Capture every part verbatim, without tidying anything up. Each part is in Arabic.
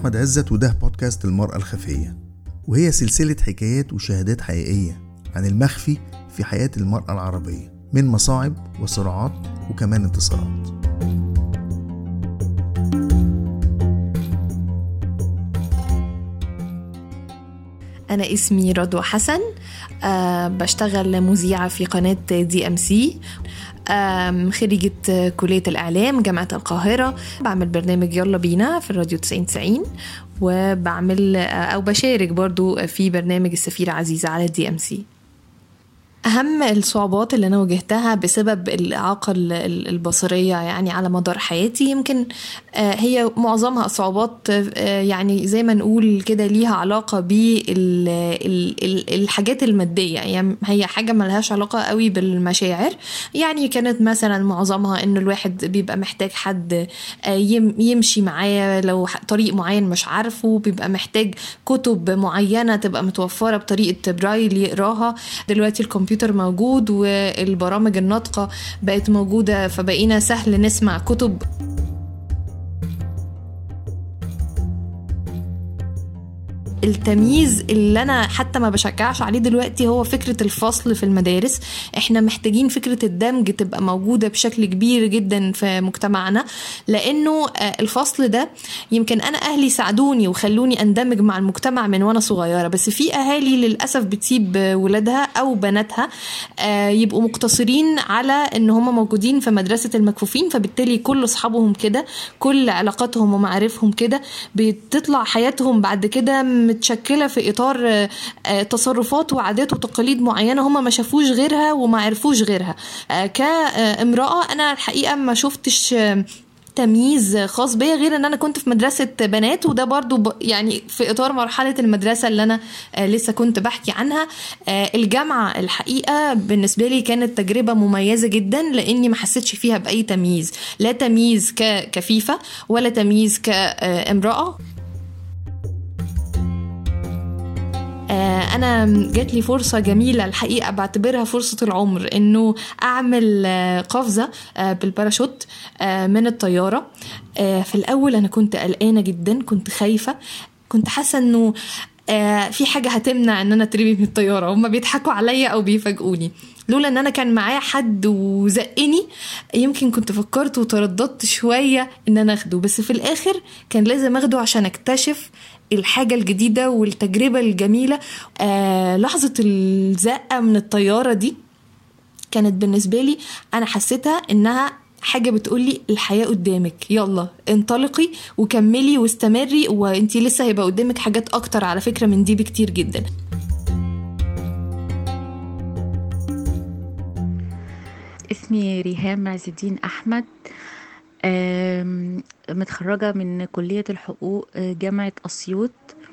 أحمد عزت، وده بودكاست المرأة الخفية، وهي سلسلة حكايات وشهادات حقيقية عن المخفي في حياة المرأة العربية من مصاعب وصراعات وكمان انتصارات. أنا اسمي رضوى حسن، أه بشتغل مذيعة في قناة دي أم سي، خريجة كلية الإعلام جامعة القاهرة. بعمل برنامج يلا بينا في الراديو تسعين تسعين، وبعمل أو بشارك برضو في برنامج السفيرة عزيزة على دي أم سي. أهم الصعوبات اللي أنا واجهتها بسبب الإعاقة البصرية يعني على مدار حياتي، يمكن هي معظمها صعوبات يعني زي ما نقول كده ليها علاقة بالحاجات المادية، يعني هي حاجة ملهاش علاقة قوي بالمشاعر. يعني كانت مثلا معظمها إنه الواحد بيبقى محتاج حد يمشي معاه لو طريق معين مش عارفه، بيبقى محتاج كتب معينة تبقى متوفرة بطريقة برايل يقراها. دلوقتي الكمبيوتر موجود والبرامج الناطقة بقت موجودة، فبقينا سهل نسمع كتب. التمييز اللي أنا حتى ما بشجعش عليه دلوقتي هو فكرة الفصل في المدارس. احنا محتاجين فكرة الدمج تبقى موجودة بشكل كبير جدا في مجتمعنا، لأنه الفصل ده يمكن أنا أهلي ساعدوني وخلوني أندمج مع المجتمع من وأنا صغيرة، بس في أهالي للأسف بتسيب ولادها أو بناتها يبقوا مقتصرين على إن هم موجودين في مدرسة المكفوفين، فبالتالي كل أصحابهم كده، كل علاقاتهم ومعارفهم كده، بتطلع حياتهم بعد كده متشكلة في إطار تصرفات وعادات وتقاليد معينة هم ما شافوش غيرها وما عرفوش غيرها. كامرأة أنا الحقيقة ما شفتش تمييز خاص بيا غير ان انا كنت في مدرسة بنات، وده برضو ب... يعني في اطار مرحلة المدرسة اللي انا آه لسه كنت بحكي عنها. آه الجامعة الحقيقة بالنسبة لي كانت تجربة مميزة جدا، لاني ما حسيتش فيها باي تمييز، لا تمييز ك... كفيفة ولا تمييز كامرأة. أنا جات لي فرصة جميلة الحقيقة، بعتبرها فرصة العمر، إنه أعمل قفزة بالباراشوت من الطيارة. في الأول أنا كنت قلقانة جدا، كنت خايفة، كنت حاسة إنه في حاجة هتمنع إن أنا ترمي من الطيارة، هما بيضحكوا عليا أو بيفاجئوني. لولا ان انا كان معايا حد وزقني يمكن كنت فكرت وترددت شوية ان انا اخده، بس في الاخر كان لازم اخده عشان اكتشف الحاجة الجديدة والتجربة الجميلة. آه لحظة الزقة من الطيارة دي كانت بالنسبة لي انا حسيتها انها حاجة بتقولي الحياة قدامك، يلا انطلقي وكملي واستمري، وانتي لسه هيبقى قدامك حاجات اكتر على فكرة من دي بكتير جدا. اسمي ريهام عز الدين أحمد، متخرجة من كلية الحقوق جامعة أسيوط،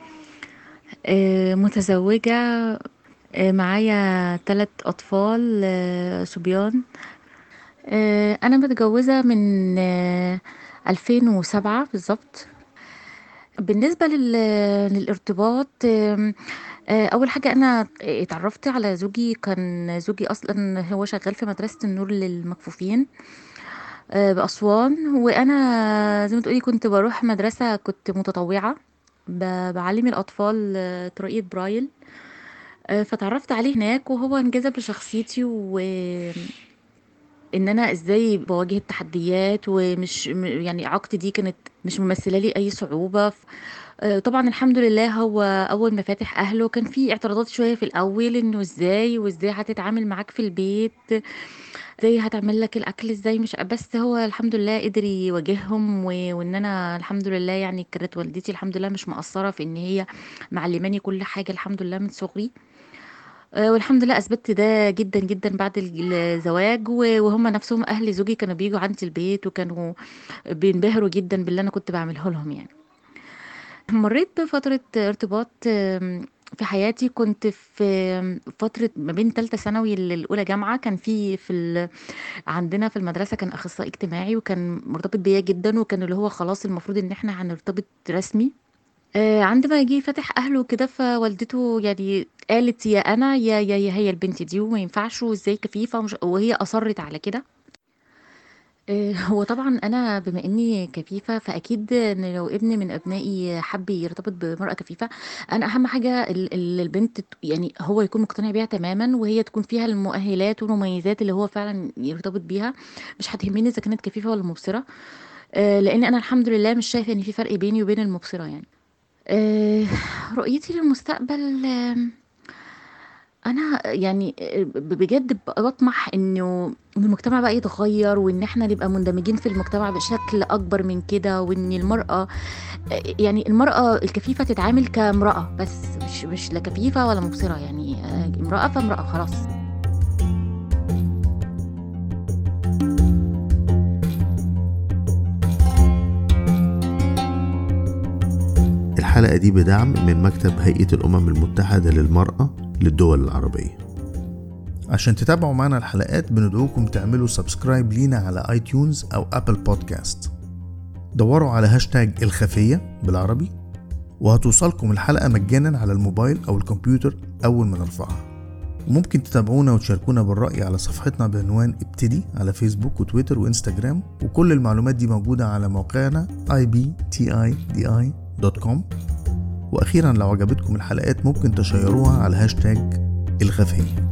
متزوجة، معايا ثلاث أطفال صبيان. أنا متجوزة من ألفين وسبعة بالظبط. بالنسبة للارتباط، اول حاجه انا اتعرفت على زوجي، كان زوجي اصلا هو شغال في مدرسه النور للمكفوفين باسوان، وانا زي ما تقولي كنت بروح مدرسه، كنت متطوعه بعلم الاطفال طريقه برايل. فتعرفت عليه هناك وهو انجذب لشخصيتي، و ان انا ازاي بواجه التحديات، ومش يعني علاقتي دي كانت مش ممثله لي اي صعوبه. طبعا الحمد لله هو اول ما فاتح اهله كان في اعتراضات شويه في الاول، انه ازاي وازاي هتتعامل معاك في البيت، ازاي هتعمل لك الاكل ازاي، مش بس هو الحمد لله قدر يواجههم. و... وان انا الحمد لله يعني كانت والدتي الحمد لله مش مقصره في ان هي معلماني كل حاجه الحمد لله من صغري، والحمد لله اثبتت ده جدا جدا بعد الزواج. وهم نفسهم اهل زوجي كانوا بيجوا عندي البيت وكانوا بينبهروا جدا باللي انا كنت بعمله لهم. يعني مريت بفترة ارتباط في حياتي، كنت في فترة ما بين ثالثة ثانوي للأولى جامعة. كان في في ال... عندنا في المدرسة كان أخصائي اجتماعي، وكان مرتبط بيا جدا، وكان اللي هو خلاص المفروض إن احنا هنرتبط رسمي. آه عندما جه فتح أهله كده، فوالدته يعني قالت يا أنا يا يا, يا هي البنت دي، وما ينفعش، وإزاي كفيفة، ومش... وهي أصرت على كده. آه، هو طبعا انا بما اني كفيفه، فاكيد ان لو ابن من ابنائي حب يرتبط بمراه كفيفه، انا اهم حاجه ال- ال- البنت ت- يعني هو يكون مقتنع بيها تماما، وهي تكون فيها المؤهلات والمميزات اللي هو فعلا يرتبط بيها. مش هتهمني اذا كانت كفيفه ولا مبصره، آه، لان انا الحمد لله مش شايفه ان في فرق بيني وبين المبصره يعني. آه، رؤيتي للمستقبل، آه، انا يعني ب- بجد بطمح انه إن المجتمع بقى يتغير، وان احنا نبقى مندمجين في المجتمع بشكل اكبر من كده، وان المرأة، يعني المرأة الكفيفة تتعامل كامرأة بس، مش مش لا كفيفة ولا مبصرة، يعني آه، امرأة فامرأة خلاص. الحلقة دي بدعم من مكتب هيئة الأمم المتحدة للمرأة للدول العربية. عشان تتابعوا معنا الحلقات بندعوكم تعملوا سبسكرايب لينا على اي تيونز أو أبل بودكاست. دوروا على هاشتاج الخفية بالعربي وهتوصلكم الحلقة مجانا على الموبايل أو الكمبيوتر أول ما نرفعها. وممكن تتابعونا وتشاركونا بالرأي على صفحتنا بعنوان ابتدي على فيسبوك وتويتر وإنستجرام، وكل المعلومات دي موجودة على موقعنا آي بي تي آي دي آي دوت كوم. وأخيرا لو عجبتكم الحلقات ممكن تشيروها على هاشتاج الخفية.